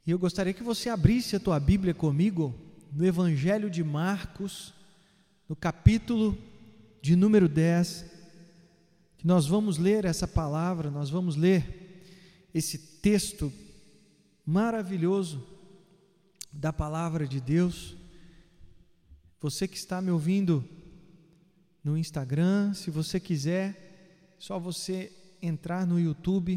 E eu gostaria que você abrisse a tua Bíblia comigo no Evangelho de Marcos, no capítulo de número 10, que nós vamos ler essa palavra, nós vamos ler esse texto maravilhoso da palavra de Deus. Você que está me ouvindo no Instagram, se você quiser, só você entrar no YouTube,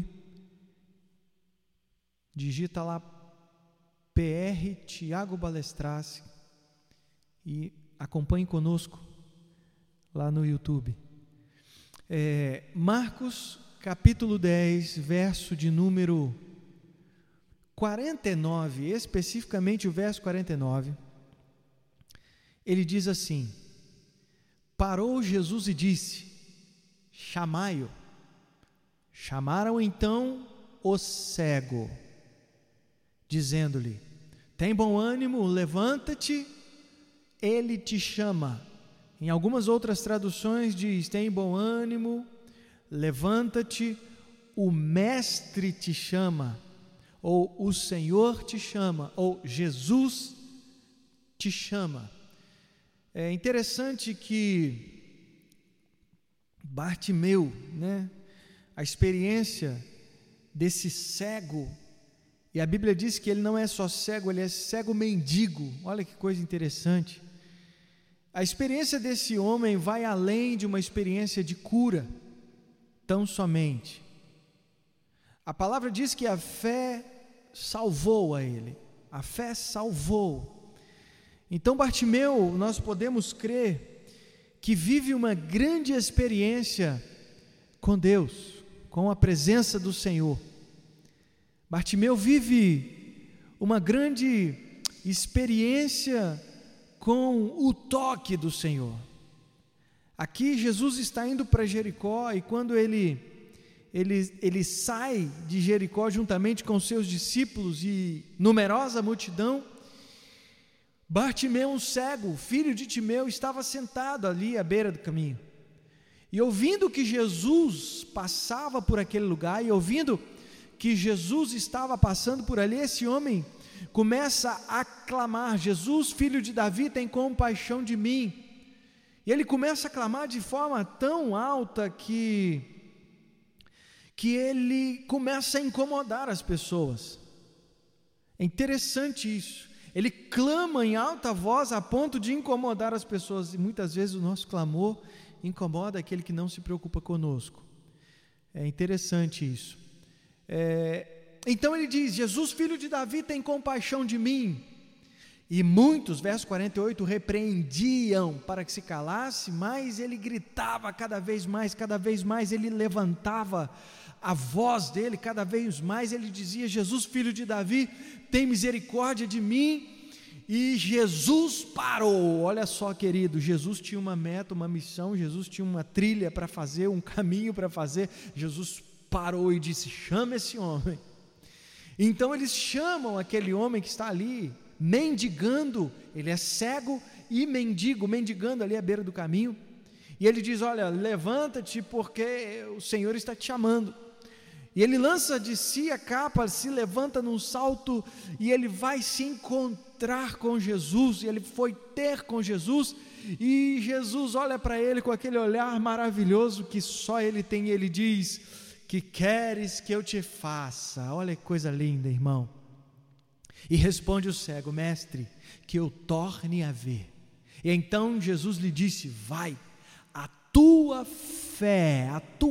digita lá PR Tiago Balestrace e acompanhe conosco lá no YouTube. Marcos capítulo 10, verso de número 49, especificamente o verso 49, ele diz assim: parou Jesus e disse: chamai-o. Chamaram então o cego, dizendo-lhe: tem bom ânimo, levanta-te, ele te chama. Em algumas outras traduções diz: tem bom ânimo, levanta-te, o mestre te chama, ou o Senhor te chama, ou Jesus te chama. É interessante que Bartimeu, a experiência desse cego, e a Bíblia diz que ele não é só cego, ele é cego mendigo. Olha que coisa interessante. A experiência desse homem vai além de uma experiência de cura, tão somente. A palavra diz que a fé salvou a ele, a fé salvou. Então Bartimeu, nós podemos crer que vive uma grande experiência com Deus, com a presença do Senhor. Bartimeu vive uma grande experiência com o toque do Senhor. Aqui Jesus está indo para Jericó, e quando ele sai de Jericó juntamente com seus discípulos e numerosa multidão, Bartimeu, um cego, filho de Timeu, estava sentado ali à beira do caminho, e ouvindo que Jesus passava por aquele lugar, e ouvindo que Jesus estava passando por ali, esse homem começa a clamar: Jesus, filho de Davi, tem compaixão de mim. E ele começa a clamar de forma tão alta que ele começa a incomodar as pessoas. É interessante isso. Ele clama em alta voz a ponto de incomodar as pessoas, e muitas vezes o nosso clamor incomoda aquele que não se preocupa conosco. É interessante isso. Então ele diz: Jesus, filho de Davi, tem compaixão de mim. E muitos, verso 48, repreendiam para que se calasse, mas ele gritava cada vez mais, ele levantava a voz dele cada vez mais, ele dizia: Jesus, filho de Davi, tem misericórdia de mim. E Jesus parou. Olha só, querido, Jesus tinha uma meta, uma missão, Jesus tinha uma trilha para fazer, um caminho para fazer. Jesus parou e disse: chama esse homem. Então eles chamam aquele homem que está ali mendigando, ele é cego e mendigando ali à beira do caminho, e ele diz: olha, levanta-te, porque o Senhor está te chamando. E ele lança de si a capa, se levanta num salto, e ele vai se encontrar com Jesus, e ele foi ter com Jesus, e Jesus olha para ele com aquele olhar maravilhoso que só ele tem, e ele diz: que queres que eu te faça? Olha que coisa linda, irmão. E responde o cego: mestre, que eu torne a ver. E então Jesus lhe disse: vai, a tua fé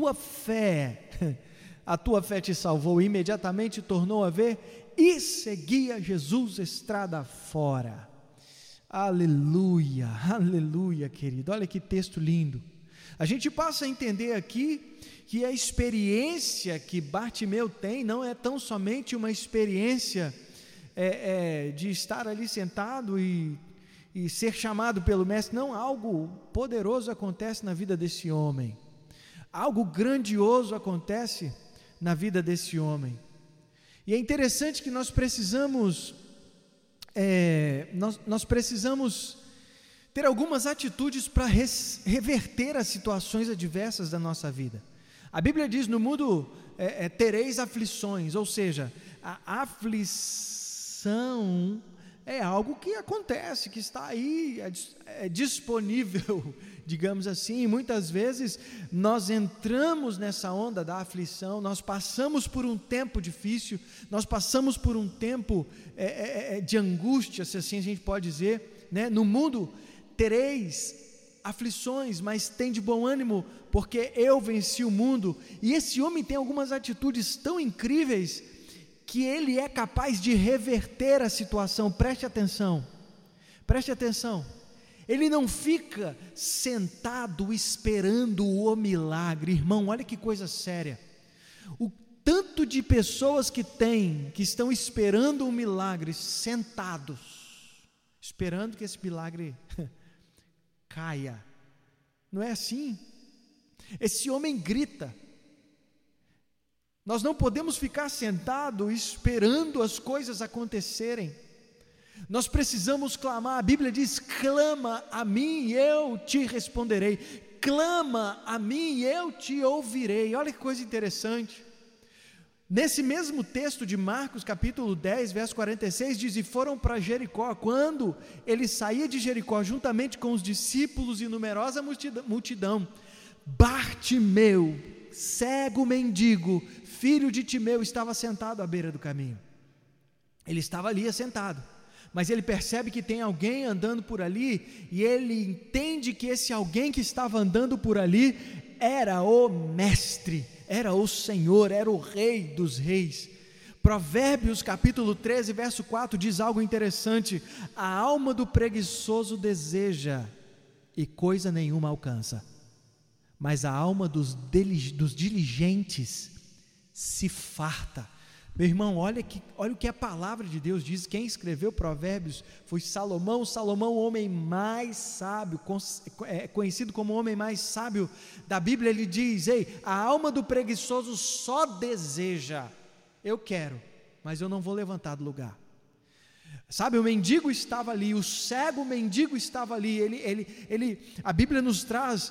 te salvou. E imediatamente tornou a ver e seguia Jesus estrada fora. Aleluia, aleluia, querido. Olha que texto lindo. A gente passa a entender aqui que a experiência que Bartimeu tem não é tão somente uma experiência de estar ali sentado e ser chamado pelo mestre. Não, algo poderoso acontece na vida desse homem, algo grandioso acontece na vida desse homem. E é interessante que nós precisamos ter algumas atitudes para reverter as situações adversas da nossa vida. A Bíblia diz: no mundo tereis aflições, ou seja, a aflição aflição é algo que acontece, que está aí, é disponível, digamos assim, e muitas vezes nós entramos nessa onda da aflição, nós passamos por um tempo difícil, nós passamos por um tempo de angústia, se assim a gente pode dizer, né? No mundo tereis aflições, mas tem de bom ânimo, porque eu venci o mundo. E esse homem tem algumas atitudes tão incríveis, que ele é capaz de reverter a situação. Preste atenção, ele não fica sentado esperando o milagre. Irmão, olha que coisa séria, o tanto de pessoas que estão esperando um milagre, sentados, esperando que esse milagre caia. Não é assim? Esse homem grita. Nós não podemos ficar sentados esperando as coisas acontecerem. Nós precisamos clamar. A Bíblia diz: clama a mim e eu te responderei. Clama a mim e eu te ouvirei. Olha que coisa interessante. Nesse mesmo texto de Marcos capítulo 10, verso 46, diz: e foram para Jericó. Quando ele saía de Jericó, juntamente com os discípulos e numerosa multidão, Bartimeu, cego mendigo, filho de Timeu, estava sentado à beira do caminho. Ele estava ali assentado, mas ele percebe que tem alguém andando por ali, e ele entende que esse alguém que estava andando por ali era o mestre, era o Senhor, era o Rei dos Reis. Provérbios capítulo 13, verso 4 diz algo interessante: a alma do preguiçoso deseja e coisa nenhuma alcança, mas a alma dos diligentes se farta. Meu irmão, olha o que a palavra de Deus diz. Quem escreveu Provérbios foi Salomão. Salomão, o homem mais sábio, conhecido como o homem mais sábio da Bíblia. Ele diz: ei, a alma do preguiçoso só deseja, eu quero, mas eu não vou levantar do lugar. Sabe, o mendigo estava ali, o cego mendigo estava ali. A Bíblia nos traz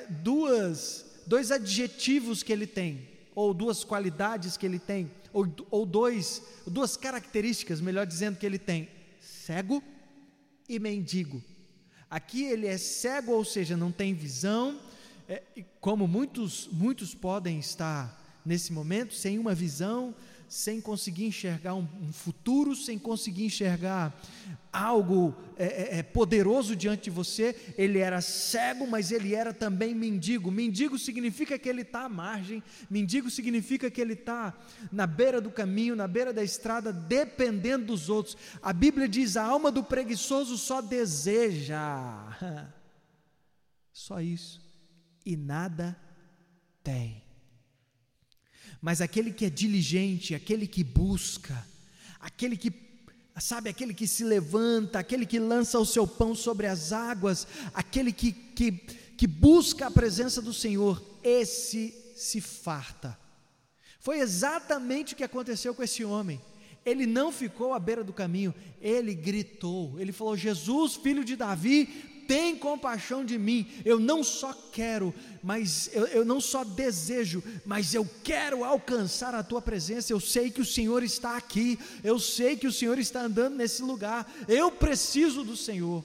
dois adjetivos que ele tem, ou duas qualidades que ele tem, ou duas características, melhor dizendo, que ele tem: cego e mendigo. Aqui ele é cego, ou seja, não tem visão, como muitos podem estar nesse momento, sem uma visão, sem conseguir enxergar um futuro, sem conseguir enxergar algo poderoso diante de você. Ele era cego, mas ele era também mendigo. Mendigo significa que ele está à margem, mendigo significa que ele está na beira do caminho, na beira da estrada, dependendo dos outros. A Bíblia diz: a alma do preguiçoso só deseja, só isso, e nada tem. Mas aquele que é diligente, aquele que busca, aquele que se levanta, aquele que lança o seu pão sobre as águas, aquele que busca a presença do Senhor, esse se farta. Foi exatamente o que aconteceu com esse homem. Ele não ficou à beira do caminho, ele gritou, ele falou: Jesus, filho de Davi, tem compaixão de mim. Eu não só quero, mas eu não só desejo, mas eu quero alcançar a tua presença. Eu sei que o Senhor está aqui, eu sei que o Senhor está andando nesse lugar, eu preciso do Senhor.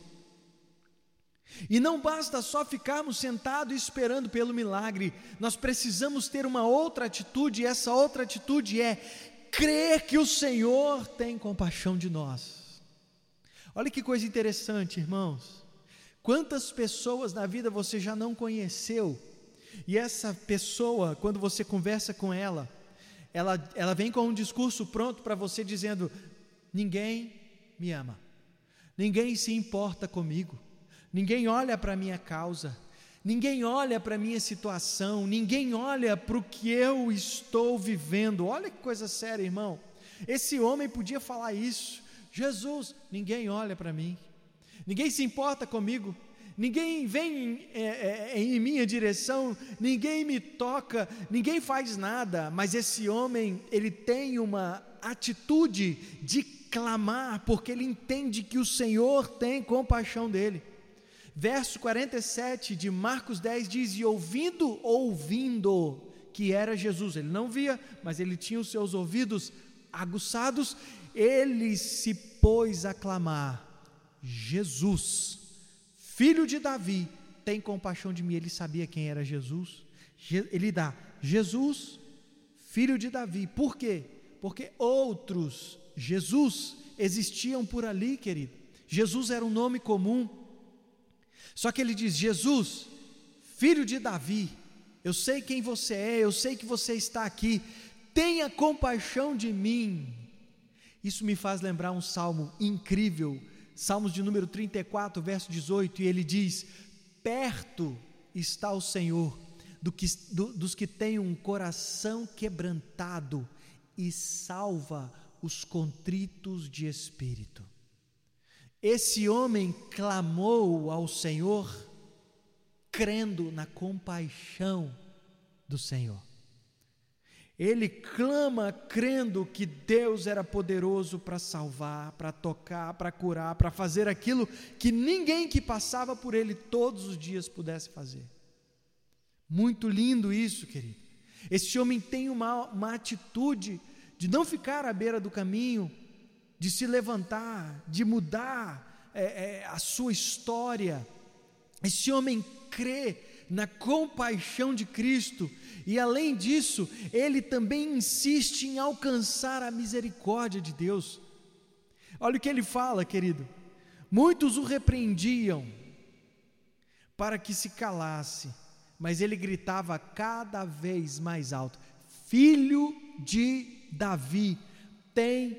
E não basta só ficarmos sentados esperando pelo milagre, nós precisamos ter uma outra atitude, e essa outra atitude é crer que o Senhor tem compaixão de nós. Olha que coisa interessante, irmãos. Quantas pessoas na vida você já não conheceu, e essa pessoa, quando você conversa com ela vem com um discurso pronto para você, dizendo: ninguém me ama, ninguém se importa comigo, ninguém olha para a minha causa, ninguém olha para a minha situação, ninguém olha para o que eu estou vivendo. Olha que coisa séria, irmão. Esse homem podia falar isso: Jesus, ninguém olha para mim, ninguém se importa comigo, ninguém vem em minha direção, ninguém me toca, ninguém faz nada. Mas esse homem, ele tem uma atitude de clamar, porque ele entende que o Senhor tem compaixão dele. Verso 47 de Marcos 10 diz: e ouvindo que era Jesus, ele não via, mas ele tinha os seus ouvidos aguçados, ele se pôs a clamar: Jesus, filho de Davi, tem compaixão de mim. Ele sabia quem era Jesus. Ele dá: Jesus, filho de Davi. Por quê? Porque outros Jesus existiam por ali, querido. Jesus era um nome comum. Só que ele diz: Jesus, filho de Davi, eu sei quem você é, eu sei que você está aqui, tenha compaixão de mim. Isso me faz lembrar um salmo incrível, Salmos de número 34, verso 18, e ele diz: perto está o Senhor dos que têm um coração quebrantado e salva os contritos de espírito. Esse homem clamou ao Senhor crendo na compaixão do Senhor. Ele clama crendo que Deus era poderoso para salvar, para tocar, para curar, para fazer aquilo que ninguém que passava por ele todos os dias pudesse fazer. Muito lindo isso, querido. Esse homem tem uma atitude de não ficar à beira do caminho, de se levantar, de mudar a sua história. Esse homem crê na compaixão de Cristo, e além disso, ele também insiste em alcançar a misericórdia de Deus. Olha o que ele fala, querido: muitos o repreendiam para que se calasse, mas ele gritava cada vez mais alto: filho de Davi, tem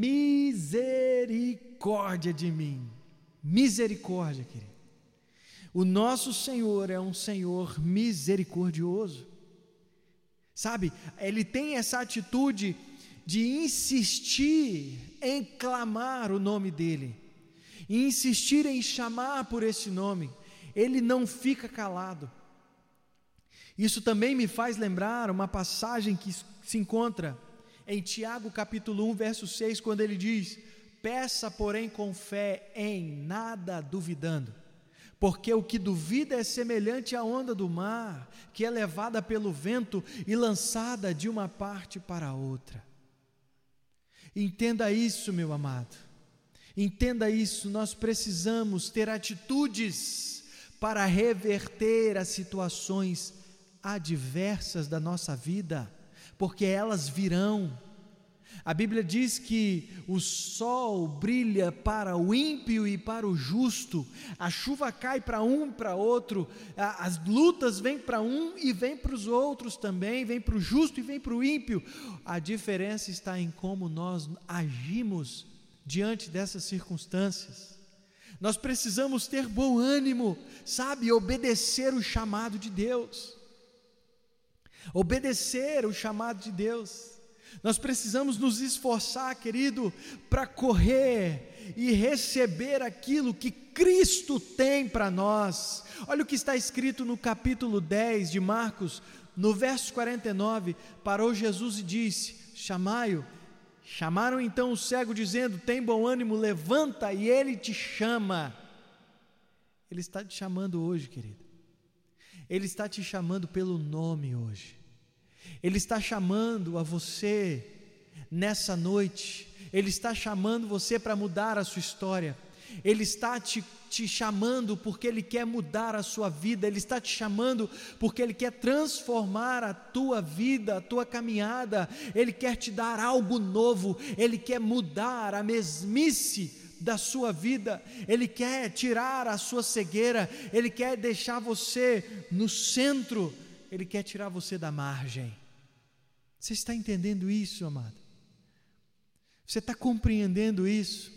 misericórdia de mim. Misericórdia, querido. O nosso Senhor é um Senhor misericordioso, sabe? Ele tem essa atitude de insistir em clamar o nome dEle, e insistir em chamar por esse nome. Ele não fica calado. Isso também me faz lembrar uma passagem que se encontra em Tiago capítulo 1, verso 6, quando ele diz: peça porém com fé, em nada duvidando. Porque o que duvida é semelhante à onda do mar, que é levada pelo vento e lançada de uma parte para a outra. Entenda isso, meu amado. Entenda isso. Nós precisamos ter atitudes para reverter as situações adversas da nossa vida, porque elas virão. A Bíblia diz que o sol brilha para o ímpio e para o justo, a chuva cai para um e para outro, as lutas vêm para um e vêm para os outros também, vêm para o justo e vêm para o ímpio. A diferença está em como nós agimos diante dessas circunstâncias. Nós precisamos ter bom ânimo, sabe, obedecer o chamado de Deus. Obedecer o chamado de Deus. Nós precisamos nos esforçar, querido, para correr e receber aquilo que Cristo tem para nós. Olha o que está escrito no capítulo 10 de Marcos, no verso 49, parou Jesus e disse: chamai-o. Chamaram então o cego dizendo: tem bom ânimo, levanta, e ele te chama. Ele está te chamando hoje, querido. Ele está te chamando pelo nome hoje. Ele está chamando a você nessa noite. Ele está chamando você para mudar a sua história. Ele está te chamando porque Ele quer mudar a sua vida. Ele está te chamando porque Ele quer transformar a tua vida, a tua caminhada. Ele quer te dar algo novo. Ele quer mudar a mesmice da sua vida. Ele quer tirar a sua cegueira. Ele quer deixar você no centro. Ele quer tirar você da margem. Você está entendendo isso, amado? Você está compreendendo isso?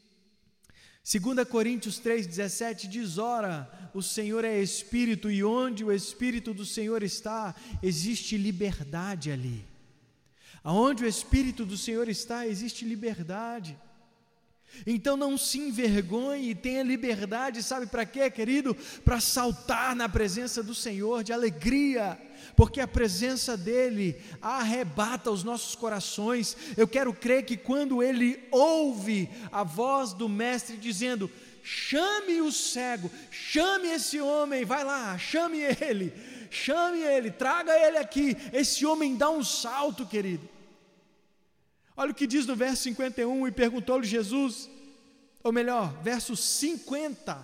2 Coríntios 3,17 diz: ora, o Senhor é Espírito, e onde o Espírito do Senhor está, existe liberdade ali. Aonde o Espírito do Senhor está, existe liberdade. Então não se envergonhe e tenha liberdade, sabe para quê, querido? Para saltar na presença do Senhor de alegria, porque a presença dEle arrebata os nossos corações. Eu quero crer que quando Ele ouve a voz do Mestre dizendo: chame o cego, chame esse homem, vai lá, chame ele, traga ele aqui, esse homem dá um salto, querido. Olha o que diz no verso 51, e perguntou-lhe Jesus, ou melhor, verso 50,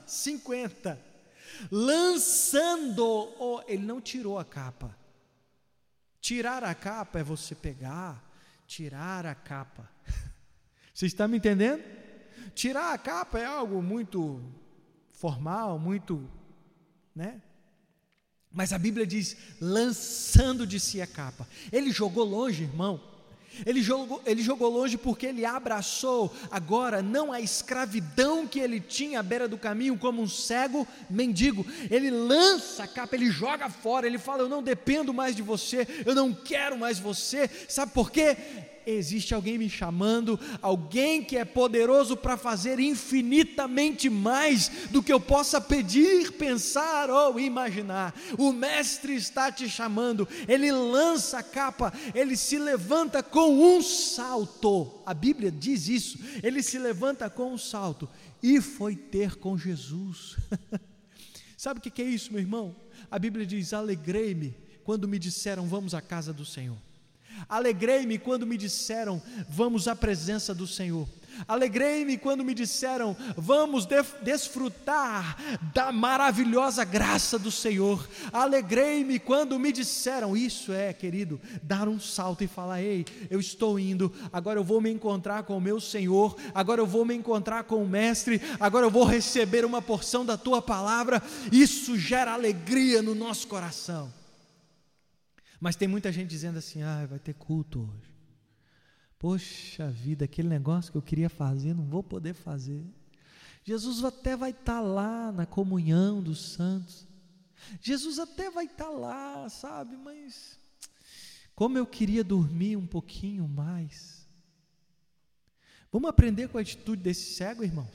lançando, ele não tirou a capa. Tirar a capa é você pegar, tirar a capa. Você está me entendendo? Tirar a capa é algo muito formal, muito, né? Mas a Bíblia diz, lançando de si a capa. Ele jogou longe, irmão. Ele jogou longe porque ele abraçou agora não a escravidão que ele tinha à beira do caminho como um cego mendigo. Ele lança a capa, ele joga fora, ele fala, eu não dependo mais de você, eu não quero mais você. Sabe por quê? Existe alguém me chamando, alguém que é poderoso para fazer infinitamente mais do que eu possa pedir, pensar ou imaginar. O mestre está te chamando, ele lança a capa, ele se levanta com um salto, a Bíblia diz isso, ele se levanta com um salto, e foi ter com Jesus. Sabe o que é isso, meu irmão? A Bíblia diz, alegrei-me quando me disseram, vamos à casa do Senhor. Alegrei-me quando me disseram, vamos à presença do Senhor. Alegrei-me quando me disseram, vamos desfrutar da maravilhosa graça do Senhor. Alegrei-me quando me disseram, isso é, querido, dar um salto e falar, ei, eu estou indo, agora eu vou me encontrar com o meu Senhor, agora eu vou me encontrar com o Mestre, agora eu vou receber uma porção da Tua palavra. Isso gera alegria no nosso coração. Mas tem muita gente dizendo assim, vai ter culto hoje, poxa vida, aquele negócio que eu queria fazer, não vou poder fazer. Jesus até vai estar lá na comunhão dos santos, Jesus até vai estar lá, sabe, mas como eu queria dormir um pouquinho mais. Vamos aprender com a atitude desse cego, irmãos?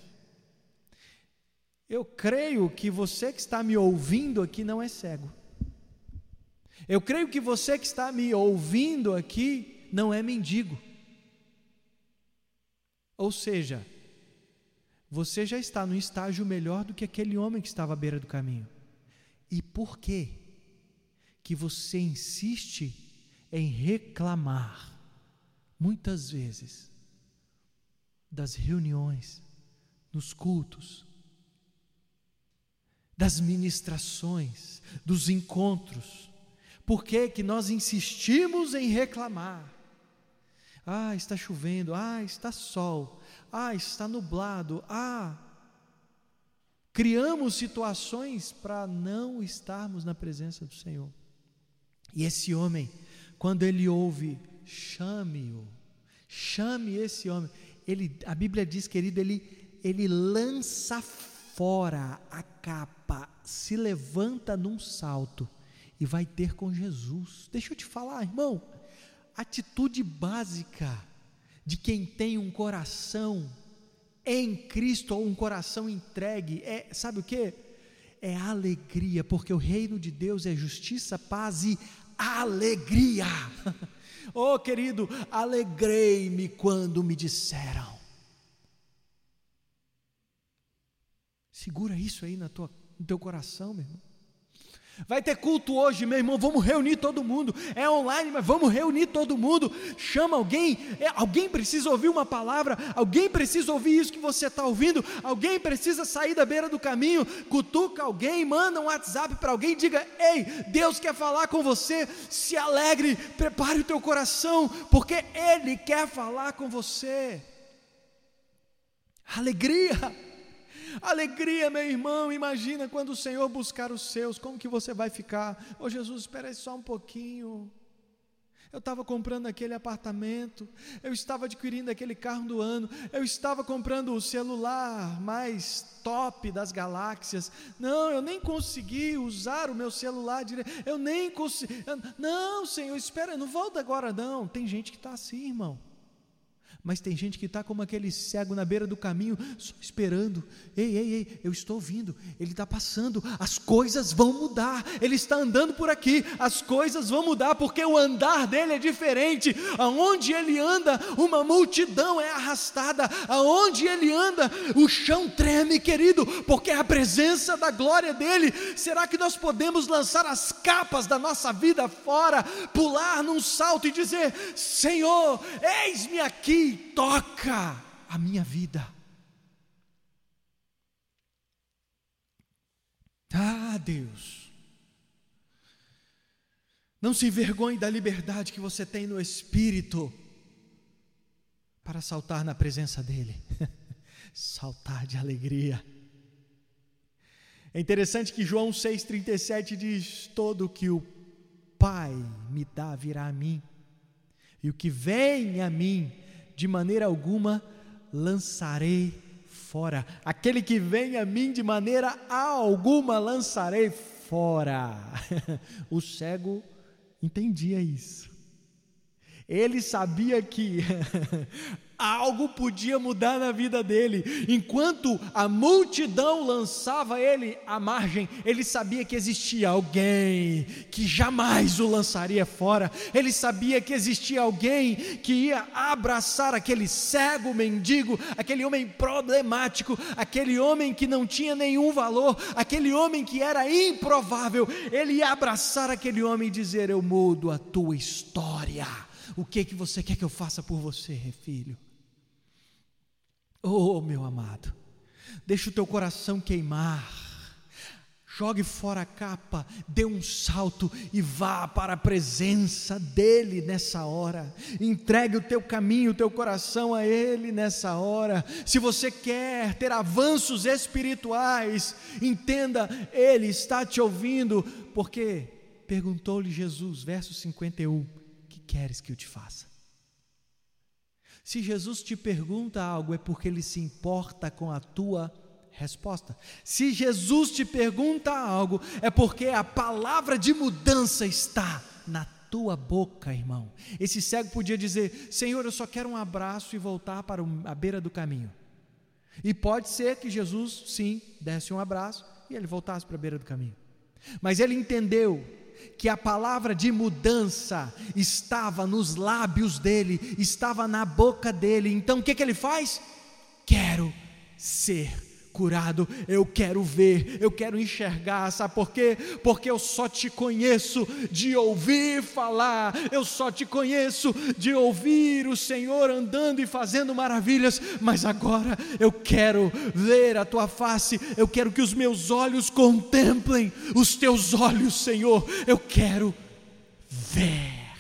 Eu creio que você que está me ouvindo aqui não é cego. Eu creio que você que está me ouvindo aqui não é mendigo. Ou seja, você já está num estágio melhor do que aquele homem que estava à beira do caminho. E por quê que você insiste em reclamar, muitas vezes, das reuniões, dos cultos, das ministrações, dos encontros? Por que que nós insistimos em reclamar? Está chovendo, está sol, está nublado, criamos situações para não estarmos na presença do Senhor. E esse homem, quando ele ouve, chame esse homem, a Bíblia diz, querido, ele lança fora a capa, se levanta num salto, e vai ter com Jesus. Deixa eu te falar, irmão, atitude básica de quem tem um coração em Cristo, ou um coração entregue, sabe o que? É alegria, porque o reino de Deus é justiça, paz e alegria. Oh querido, alegrei-me quando me disseram. Segura isso aí no teu coração, meu irmão. Vai ter culto hoje, meu irmão, vamos reunir todo mundo, é online, mas vamos reunir todo mundo, chama alguém, alguém precisa ouvir uma palavra, alguém precisa ouvir isso que você está ouvindo, alguém precisa sair da beira do caminho, cutuca alguém, manda um WhatsApp para alguém, diga, ei, Deus quer falar com você, se alegre, prepare o teu coração, porque Ele quer falar com você. Alegria, meu irmão, imagina quando o Senhor buscar os seus, como que você vai ficar? Jesus, espera aí só um pouquinho, eu estava comprando aquele apartamento, eu estava adquirindo aquele carro do ano, eu estava comprando o celular mais top das galáxias, não, eu nem consegui usar o meu celular direito, eu nem consegui, não Senhor, espera, não volta agora não. Tem gente que está assim, irmão, Mas tem gente que está como aquele cego na beira do caminho, só esperando. Ei, eu estou ouvindo, ele está passando, as coisas vão mudar, ele está andando por aqui, as coisas vão mudar, porque o andar dele é diferente. Aonde ele anda, uma multidão é arrastada, aonde ele anda, o chão treme, querido, porque é a presença da glória dele. Será que nós podemos lançar as capas da nossa vida fora, pular num salto e dizer: Senhor, eis-me aqui, toca a minha vida? Ah, Deus, não se envergonhe da liberdade que você tem no Espírito para saltar na presença dEle, saltar de alegria. É interessante que João 6,37 diz: todo o que o Pai me dá virá a mim, e o que vem a mim, de maneira alguma lançarei fora. Aquele que vem a mim, de maneira alguma lançarei fora. O cego entendia isso. Ele sabia que algo podia mudar na vida dele. Enquanto a multidão lançava ele à margem, ele sabia que existia alguém que jamais o lançaria fora. Ele sabia que existia alguém que ia abraçar aquele cego mendigo, aquele homem problemático, aquele homem que não tinha nenhum valor, aquele homem que era improvável. Ele ia abraçar aquele homem e dizer: eu mudo a tua história. O que você quer que eu faça por você, filho? Oh, meu amado, deixa o teu coração queimar, jogue fora a capa, dê um salto e vá para a presença dEle nessa hora. Entregue o teu caminho, o teu coração a Ele nessa hora. Se você quer ter avanços espirituais, entenda, Ele está te ouvindo, porque perguntou-lhe Jesus, verso 51, que queres que eu te faça? Se Jesus te pergunta algo, é porque Ele se importa com a tua resposta. Se Jesus te pergunta algo, é porque a palavra de mudança está na tua boca, irmão. Esse cego podia dizer: Senhor, eu só quero um abraço e voltar para a beira do caminho. E pode ser que Jesus, sim, desse um abraço e ele voltasse para a beira do caminho. Mas ele entendeu que a palavra de mudança estava nos lábios dele, estava na boca dele. Então o que ele faz? Quero ser curado, eu quero ver, eu quero enxergar. Sabe por quê? Porque eu só te conheço de ouvir falar, eu só te conheço de ouvir o Senhor andando e fazendo maravilhas, mas agora eu quero ver a tua face, eu quero que os meus olhos contemplem os teus olhos, Senhor, eu quero ver.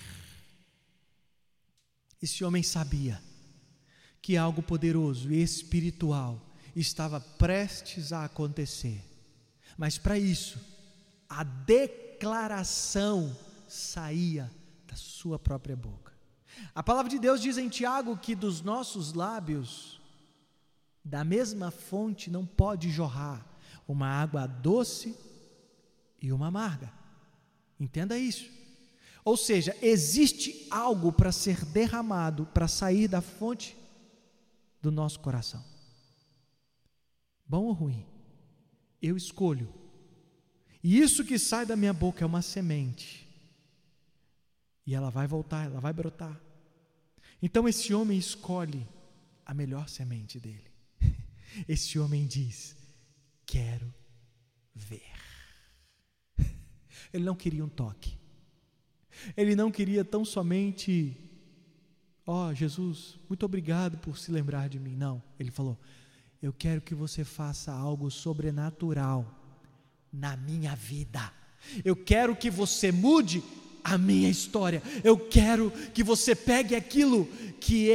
Esse homem sabia que algo poderoso e espiritual estava prestes a acontecer, mas para isso a declaração saía da sua própria boca. A palavra de Deus diz em Tiago que dos nossos lábios, da mesma fonte não pode jorrar uma água doce e uma amarga. Entenda isso. Ou seja, existe algo para ser derramado, para sair da fonte do nosso coração. Bom ou ruim, eu escolho. E isso que sai da minha boca é uma semente. E ela vai voltar, ela vai brotar. Então esse homem escolhe a melhor semente dele. Esse homem diz: quero ver. Ele não queria um toque. Ele não queria tão somente: ó, Jesus, muito obrigado por se lembrar de mim. Não, ele falou: eu quero que você faça algo sobrenatural na minha vida. Eu quero que você mude a minha história. Eu quero que você pegue aquilo que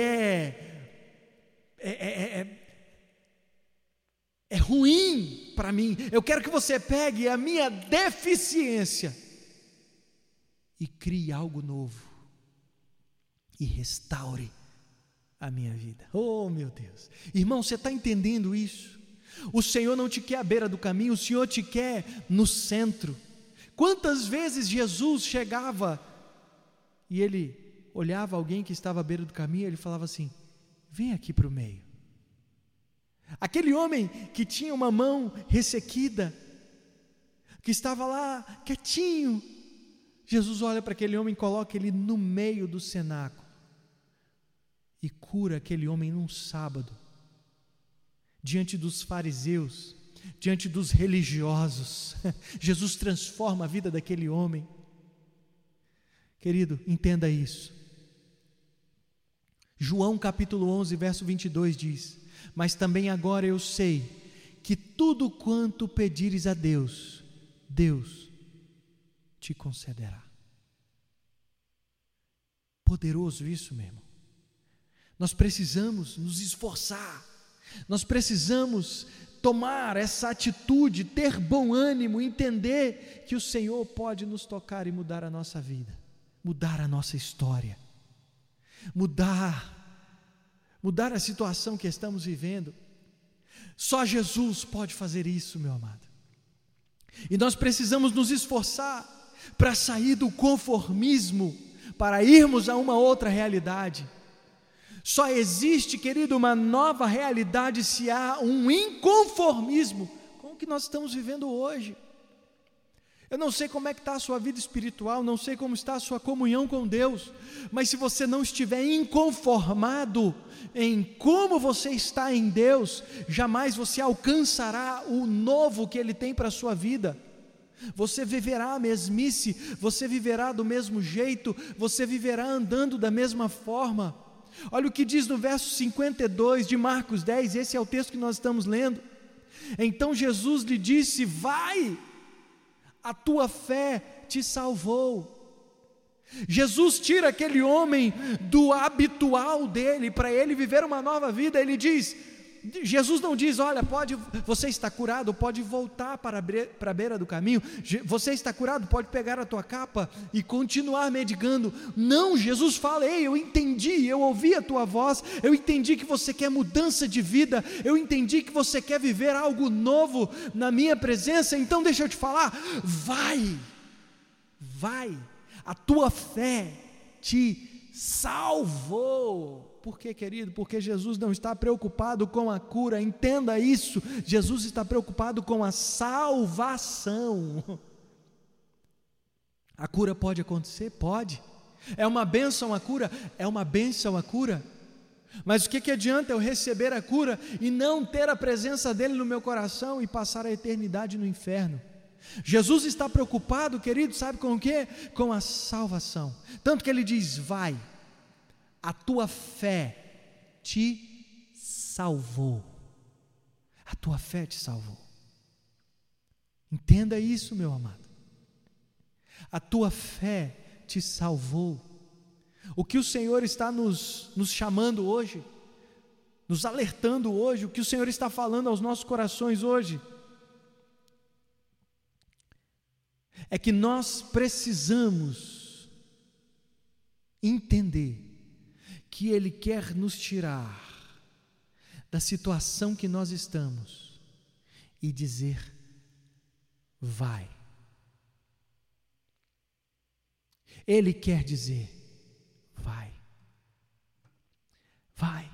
é ruim para mim. Eu quero que você pegue a minha deficiência e crie algo novo e restaure a minha vida. Oh, meu Deus, irmão, você está entendendo isso? O Senhor não te quer à beira do caminho, o Senhor te quer no centro. Quantas vezes Jesus chegava e ele olhava alguém que estava à beira do caminho e ele falava assim: vem aqui para o meio. Aquele homem que tinha uma mão ressequida, que estava lá quietinho, Jesus olha para aquele homem, coloca ele no meio do cenáculo e cura aquele homem num sábado, diante dos fariseus, diante dos religiosos. Jesus transforma a vida daquele homem. Querido, entenda isso. João capítulo 11, verso 22 diz: mas também agora eu sei que tudo quanto pedires a Deus, Deus te concederá. Poderoso isso, meu irmão. Nós precisamos nos esforçar, nós precisamos tomar essa atitude, ter bom ânimo, entender que o Senhor pode nos tocar e mudar a nossa vida, mudar a nossa história, mudar a situação que estamos vivendo. Só Jesus pode fazer isso, meu amado. E nós precisamos nos esforçar para sair do conformismo, para irmos a uma outra realidade. Só existe, querido, uma nova realidade se há um inconformismo com o que nós estamos vivendo hoje. Eu não sei como é que está a sua vida espiritual, não sei como está a sua comunhão com Deus, mas se você não estiver inconformado em como você está em Deus, jamais você alcançará o novo que Ele tem para a sua vida. Você viverá a mesmice, você viverá do mesmo jeito, você viverá andando da mesma forma. Olha o que diz no verso 52 de Marcos 10, esse é o texto que nós estamos lendo. Então Jesus lhe disse: vai, a tua fé te salvou. Jesus tira aquele homem do habitual dele, para ele viver uma nova vida. Ele diz, Jesus não diz: olha, você está curado, pode voltar para a beira do caminho, você está curado, pode pegar a tua capa e continuar mendigando. Não, Jesus fala: ei, eu entendi, eu ouvi a tua voz, eu entendi que você quer mudança de vida, eu entendi que você quer viver algo novo na minha presença, então deixa eu te falar, vai, a tua fé te salvou. Por quê, querido? Porque Jesus não está preocupado com a cura, entenda isso, Jesus está preocupado com a salvação. A cura pode acontecer? Pode. É uma bênção a cura? É uma bênção a cura. Mas o que adianta eu receber a cura e não ter a presença dEle no meu coração e passar a eternidade no inferno? Jesus está preocupado, querido, sabe com o quê? Com a salvação. Tanto que Ele diz: vai, a tua fé te salvou. A tua fé te salvou. Entenda isso, meu amado. A tua fé te salvou. O que o Senhor está nos chamando hoje, nos alertando hoje, o que o Senhor está falando aos nossos corações hoje, é que nós precisamos entender que Ele quer nos tirar da situação que nós estamos e dizer: vai. Ele quer dizer: vai, vai.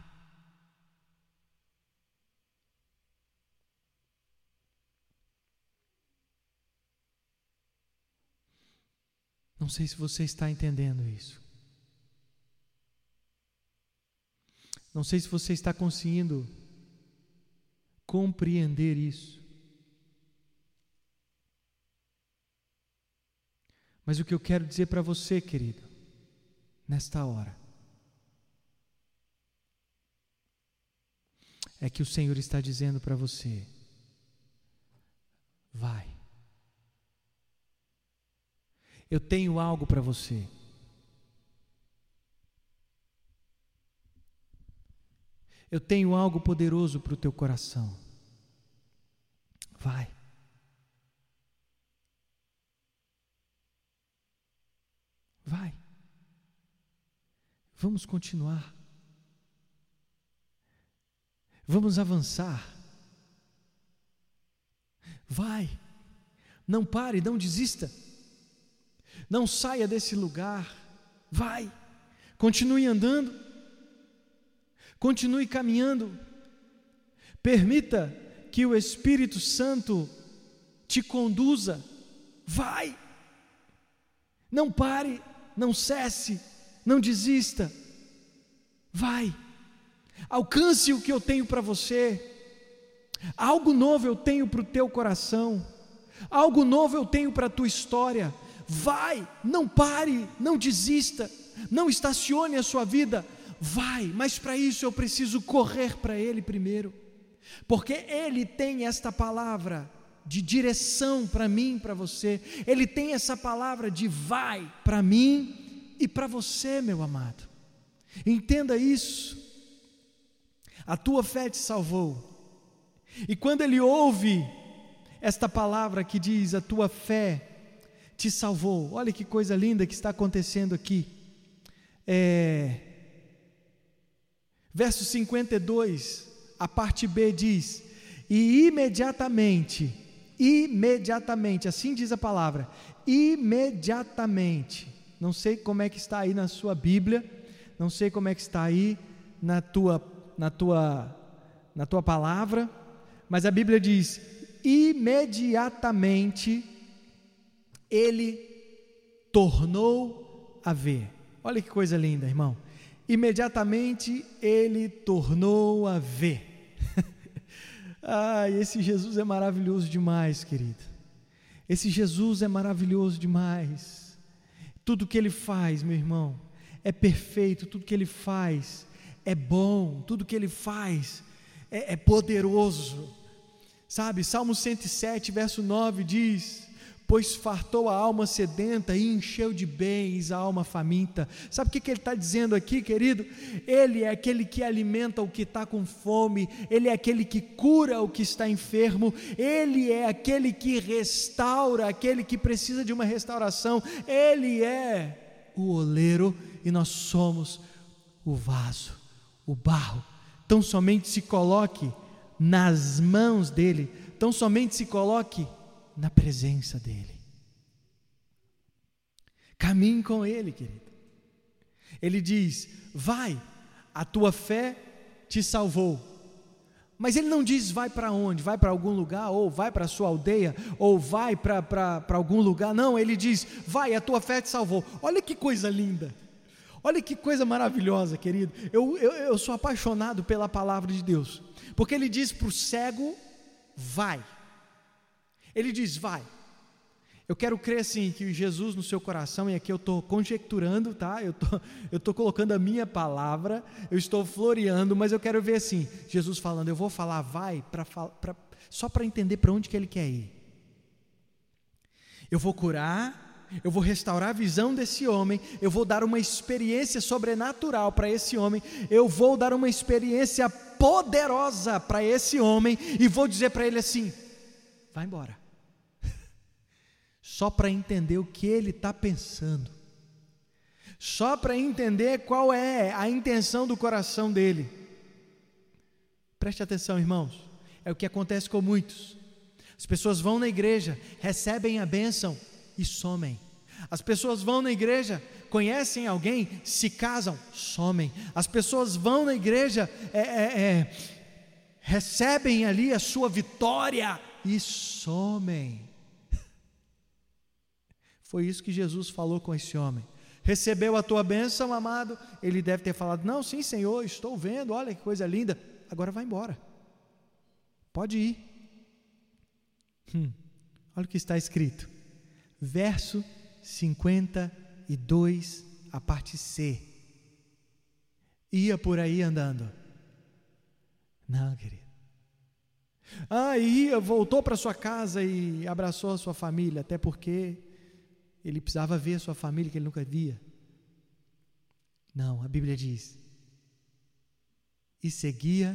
Não sei se você está entendendo isso. Não sei se você está conseguindo compreender isso. Mas o que eu quero dizer para você, querido, nesta hora, é que o Senhor está dizendo para você: vai. Eu tenho algo para você. Eu tenho algo poderoso para o teu coração. Vai. Vai. Vamos continuar. Vamos avançar. Vai. Não pare, não desista. Não saia desse lugar. Vai. Continue andando. Continue caminhando. Permita que o Espírito Santo te conduza. Vai. Não pare, não cesse, não desista. Vai. Alcance o que eu tenho para você. Algo novo eu tenho para o teu coração. Algo novo eu tenho para a tua história. Vai, não pare, não desista, não estacione a sua vida. Vai, mas para isso eu preciso correr para Ele primeiro, porque Ele tem esta palavra de direção para mim, para você. Ele tem essa palavra de vai para mim e para você, meu amado. Entenda isso. A tua fé te salvou. E quando ele ouve esta palavra que diz: a tua fé te salvou, olha que coisa linda que está acontecendo aqui. Verso 52, a parte B diz: e imediatamente, assim diz a palavra, imediatamente. Não sei como é que está aí na sua Bíblia, não sei como é que está aí na tua palavra, mas a Bíblia diz: imediatamente ele tornou a ver. Olha que coisa linda, irmão. Imediatamente ele tornou a ver. Esse Jesus é maravilhoso demais, querido. Esse Jesus é maravilhoso demais. Tudo que ele faz, meu irmão, é perfeito. Tudo que ele faz é bom. Tudo que ele faz é poderoso. Sabe, Salmo 107, verso 9 diz: pois fartou a alma sedenta e encheu de bens a alma faminta. Sabe o que ele está dizendo aqui, querido? Ele é aquele que alimenta o que está com fome, ele é aquele que cura o que está enfermo, ele é aquele que restaura aquele que precisa de uma restauração. Ele é o oleiro e nós somos o vaso, o barro. Tão somente se coloque nas mãos dele, tão somente se coloque na presença dele. Caminhe com ele, querido. Ele diz: vai, a tua fé te salvou. Mas ele não diz vai para onde, vai para algum lugar, ou vai para a sua aldeia, ou vai para algum lugar. Não, ele diz: vai, a tua fé te salvou. Olha que coisa linda, olha que coisa maravilhosa, querido. Eu sou apaixonado pela palavra de Deus, porque ele diz para o cego: vai. Ele diz: vai. Eu quero crer assim, que Jesus no seu coração, e aqui eu estou conjecturando, tá? Eu estou colocando a minha palavra, eu estou floreando, mas eu quero ver assim, Jesus falando: eu vou falar vai, só para entender para onde que ele quer ir. Eu vou curar, eu vou restaurar a visão desse homem, eu vou dar uma experiência sobrenatural para esse homem, eu vou dar uma experiência poderosa para esse homem, e vou dizer para ele assim: vai embora. Só para entender o que ele está pensando, só para entender qual é a intenção do coração dele. Preste atenção, irmãos, é o que acontece com muitos. As pessoas vão na igreja, recebem a bênção e somem. As pessoas vão na igreja, conhecem alguém, se casam, somem. As pessoas vão na igreja, recebem ali a sua vitória e somem. Foi isso que Jesus falou com esse homem. Recebeu a tua bênção, amado? Ele deve ter falado: não, sim, Senhor, estou vendo, olha que coisa linda. Agora vai embora, pode ir. Olha o que está escrito, verso 52, a parte C. Ia por aí andando. Não, querido. Voltou para sua casa e abraçou a sua família, até porque ele precisava ver a sua família que ele nunca via. Não, a Bíblia diz: e seguia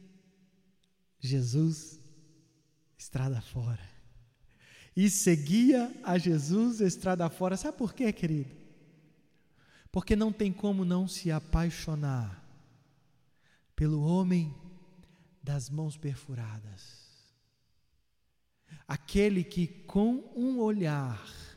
Jesus estrada fora. E seguia a Jesus estrada fora. Sabe por quê, querido? Porque não tem como não se apaixonar pelo homem das mãos perfuradas, aquele que com um olhar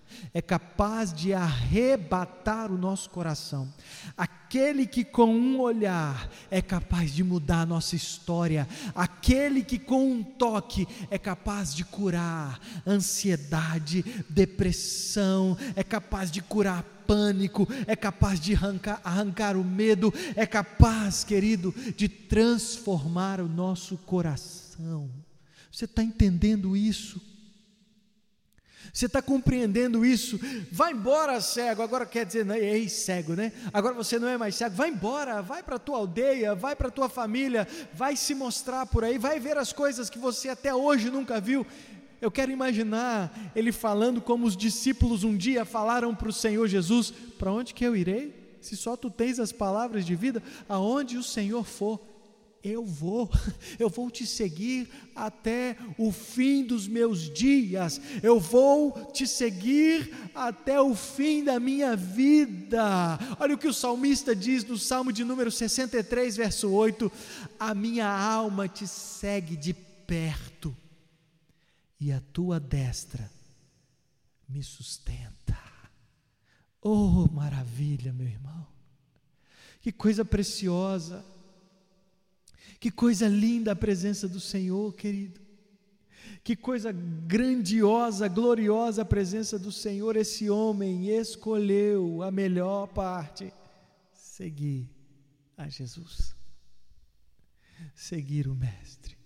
é capaz de arrebatar o nosso coração. Aquele que com um olhar é capaz de mudar a nossa história, aquele que com um toque é capaz de curar ansiedade, depressão, é capaz de curar pânico, é capaz de arrancar o medo, é capaz, querido, de transformar o nosso coração. Você está entendendo isso? Você está compreendendo isso? Vai embora, cego. Agora quer dizer, não, ei, cego, né? Agora você não é mais cego. Vai embora, vai para a tua aldeia, vai para a tua família, vai se mostrar por aí, vai ver as coisas que você até hoje nunca viu. Eu quero imaginar ele falando como os discípulos um dia falaram para o Senhor Jesus: para onde que eu irei? Se só tu tens as palavras de vida, aonde o Senhor for, eu vou te seguir até o fim dos meus dias, eu vou te seguir até o fim da minha vida. Olha o que o salmista diz no Salmo de número 63, verso 8: a minha alma te segue de perto, e a tua destra me sustenta. Oh, maravilha, meu irmão, que coisa preciosa, que coisa linda a presença do Senhor, querido. Que coisa grandiosa, gloriosa a presença do Senhor. Esse homem escolheu a melhor parte: seguir a Jesus, seguir o Mestre.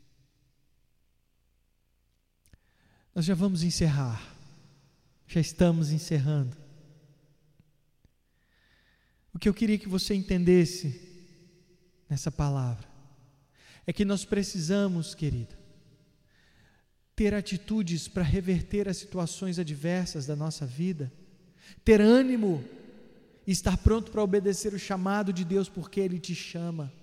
Nós já vamos encerrar, já estamos encerrando. O que eu queria que você entendesse nessa palavra é que nós precisamos, querido, ter atitudes para reverter as situações adversas da nossa vida, ter ânimo e estar pronto para obedecer o chamado de Deus, porque Ele te chama.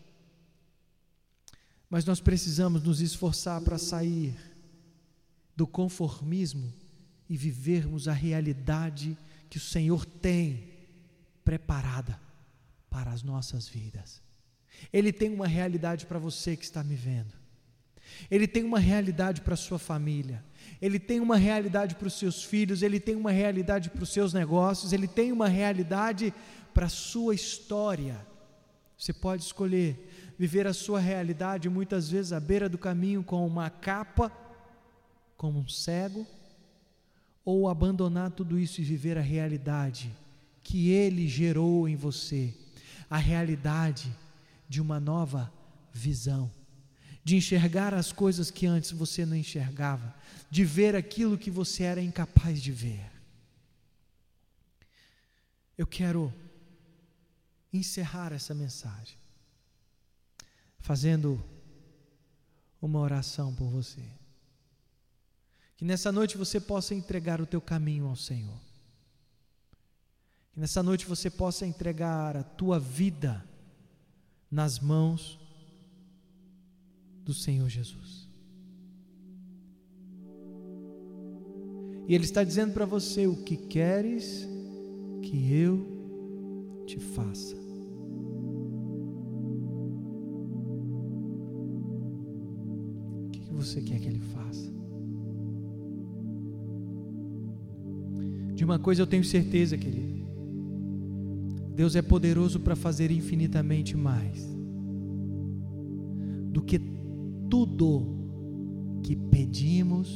Mas nós precisamos nos esforçar para sair do conformismo e vivermos a realidade que o Senhor tem preparada para as nossas vidas. Ele tem uma realidade para você que está me vendo. Ele tem uma realidade para a sua família. Ele tem uma realidade para os seus filhos. Ele tem uma realidade para os seus negócios. Ele tem uma realidade para a sua história. Você pode escolher viver a sua realidade muitas vezes à beira do caminho com uma capa, como um cego, ou abandonar tudo isso e viver a realidade que Ele gerou em você, a realidade de uma nova visão, de enxergar as coisas que antes você não enxergava, de ver aquilo que você era incapaz de ver. Eu quero encerrar essa mensagem fazendo uma oração por você, que nessa noite você possa entregar o teu caminho ao Senhor, que nessa noite você possa entregar a tua vida nas mãos do Senhor Jesus. E Ele está dizendo para você: o que queres que eu te faça? O que você quer que Ele faça? De uma coisa eu tenho certeza, querido: Deus é poderoso para fazer infinitamente mais do que tudo que pedimos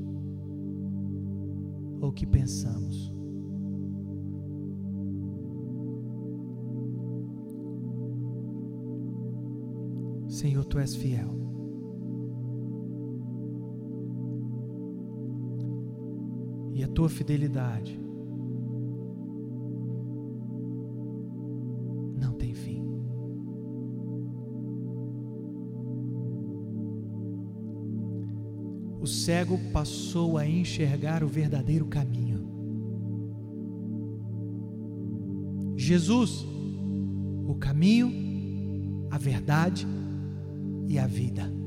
ou que pensamos. Senhor, Tu és fiel. E a Tua fidelidade não tem fim. O cego passou a enxergar o verdadeiro caminho. Jesus, o caminho, a verdade e a vida.